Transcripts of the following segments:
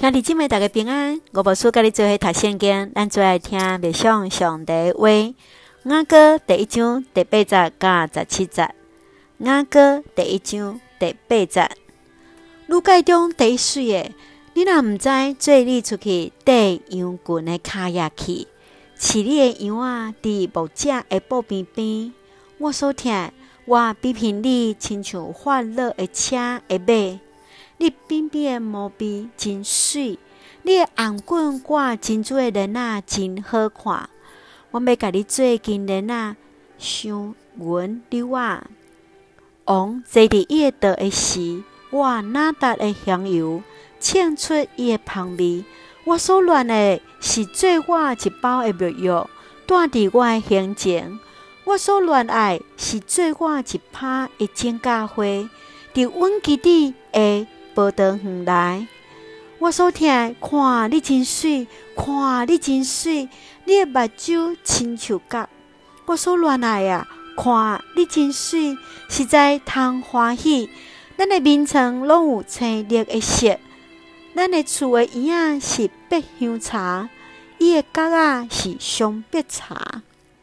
兄弟姊妹大家平安，我无事甲你做伙读圣经，咱做来听默想上帝话。雅歌第1章第8节甲17节。雅歌第1章第8节。女界中第一水的，你若毋知，做你出去缀羊群的骹野去，饲你的羊仔伫牧者的埔边边。我所听，我比评你亲像欢乐的车的马。你边边的毛边真水，你的红棍挂珍珠的链仔真好看。我要甲你做金链仔，镶银溜仔。王坐伫伊的道的时，我哪达的香油，沁出伊的香味。我所恋的是做我一包的蜜药，带伫我的胸前。我所恋爱是做我一拍的剪甲花，伫阮基地的报道远来。我所听，看你真水，看你真水，你的目睭亲像角。我所恋爱啊，看你真水，实在通欢喜。咱的面床拢有青绿的色，咱的厝的椅仔是白香茶，伊的角仔是香白茶。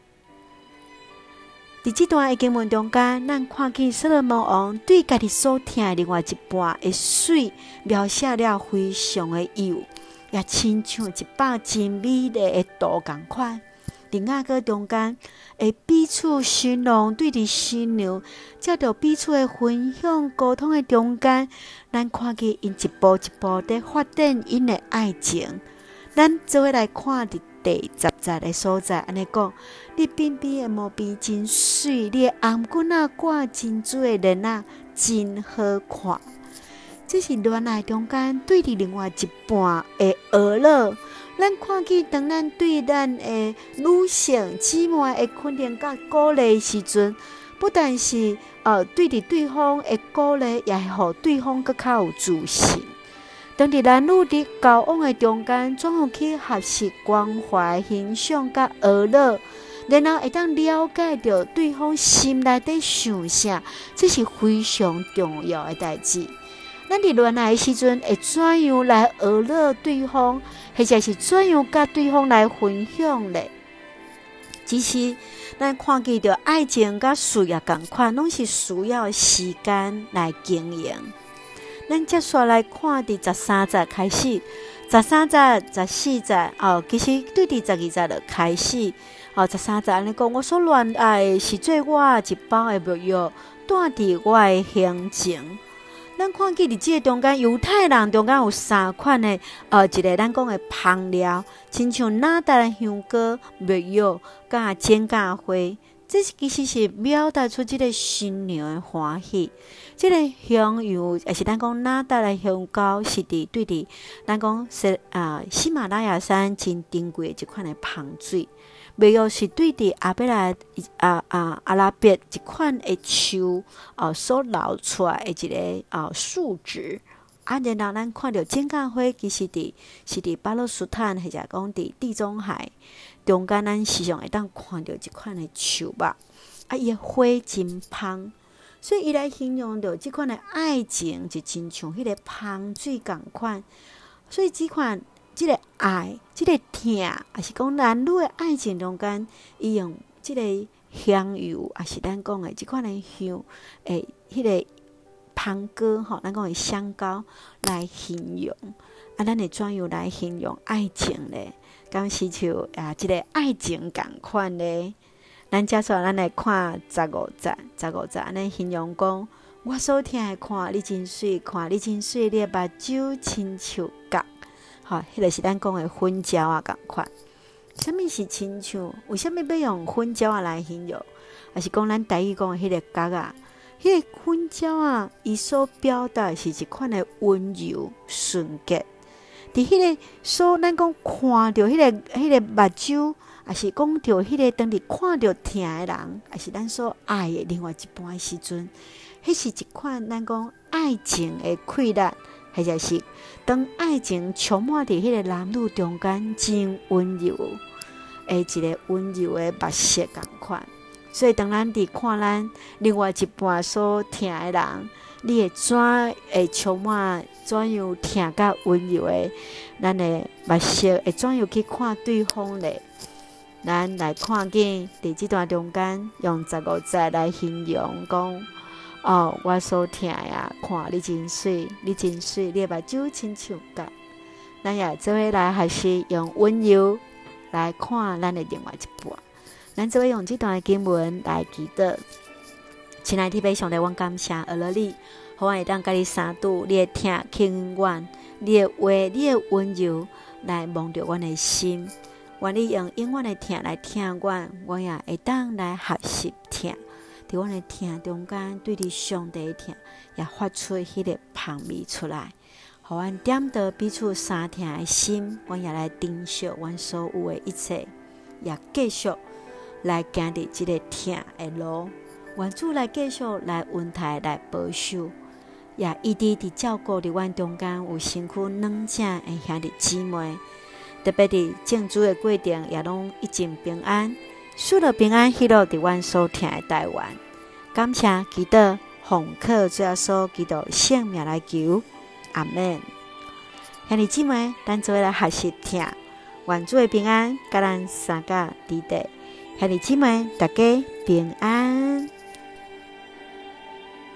伫这段的经文中间，咱看见所罗门王对家己所听的另外一半的水描写了非常的幼，也亲像一把真美丽的刀同款。伫雅歌中间，会彼此新郎对伫新娘，借着彼此的分享沟通的中间，咱看见因一步一步地发展因的爱情。咱做伙来看伫第10节的所在，安尼讲，你边边的毛边真水，你的红棍仔挂珍珠的链仔真好看。这是恋爱中间对伫另外一半的娱乐。咱看见，当咱对咱的女性姊妹的肯定甲鼓励时阵，不但是对伫对方的鼓励，也会互对方更较有自信。当伫男女伫交往的中间，怎样去学习关怀、欣赏甲娱乐，然后会当了解到对方心内底想啥，这是非常重要的代志。咱伫恋爱的时阵，会怎样来娱乐对方，或者是怎样甲对方来分享咧？其实，咱看见到爱情甲事业同款，拢是需要时间来经营。咱接下来看第13节开始，13节、14节其实对第12节就开始。13节安尼讲，我所恋爱是做我一包的蜜药，带伫我的胸前。咱看见伫这个中间，犹太人中间有3款的一个咱讲的香料，亲像哪达的香膏、蜜药、甲剪甲花。这其实是表达出这个新娘的欢喜。这个香油也是咱讲哪达的香膏，是对伫咱讲喜马拉雅山真珍贵的一款的香水。蜜药是对伫阿拉伯一款的树所流出来的一个树脂。然后咱看到剪甲花，其实是伫巴勒斯坦或者讲伫地中海中间，咱时常会当看到一款的树木，伊的花真香，所以伊来形容到这款的爱情，就亲像迄个香水同款。所以这个爱，这个疼，也是讲男女的爱情中间，伊用这个香油，也是咱讲的这款的香，迄个香膏咱讲的香膏来形容。咱会怎样来形容爱情咧？敢是像这个爱情同款咧？咱接下来咱来看15节安尼形容讲，我所听的看你真水，看你真水，你的目睭亲像角。迄个是咱讲的粉椒啊同款。什么是亲像？为什么要用粉椒啊来形容？也是讲咱台语讲的迄个角啊，迄个粉椒啊，伊所表达是一款的温柔纯洁。伫迄个所咱讲看到迄个目睭，也是讲到迄个当伫看到疼的人，也是咱所爱的另外一半的时阵，迄是一款咱讲爱情的快乐。或者是当爱情充满伫迄个男女中间，真温柔的一个温柔的目色同款。所以当咱伫看咱另外一半所疼的人， 你会怎会充满怎样疼甲温柔的，咱的目色会怎样去看对方咧？咱来看见伫即段中间，用15节来形容讲。哦，我所听呀，看你真水，你真水，你的目睭亲像甲。咱也做伙来学习用温柔来看咱的另外一半。咱做伙用这段经文来祈祷。亲爱的弟兄，我感谢阿拉你，互我会当甲你相拄，你的疼轻软，你的话，你的温柔来蒙着阮的心。愿你用永远的疼来疼我也会当来学习疼。伫阮的疼中间，对你上帝的疼，也发出迄个香味出来，互阮点到彼此相疼的心，阮也来珍惜阮所有的一切，也继续来行伫即个疼的路。愿主来继续来恩待来保守，也一直伫照顾伫阮中间有身躯软正的兄弟姊妹，特别伫种植的过程也拢一尽平安。赐了平安喜乐伫阮所听的台湾，感谢祈祷奉靠主耶稣基督圣名来求，阿们。兄弟姊妹，咱做伙来学习听，愿主的平安甲咱三甲伫地。兄弟姊妹，大家平安。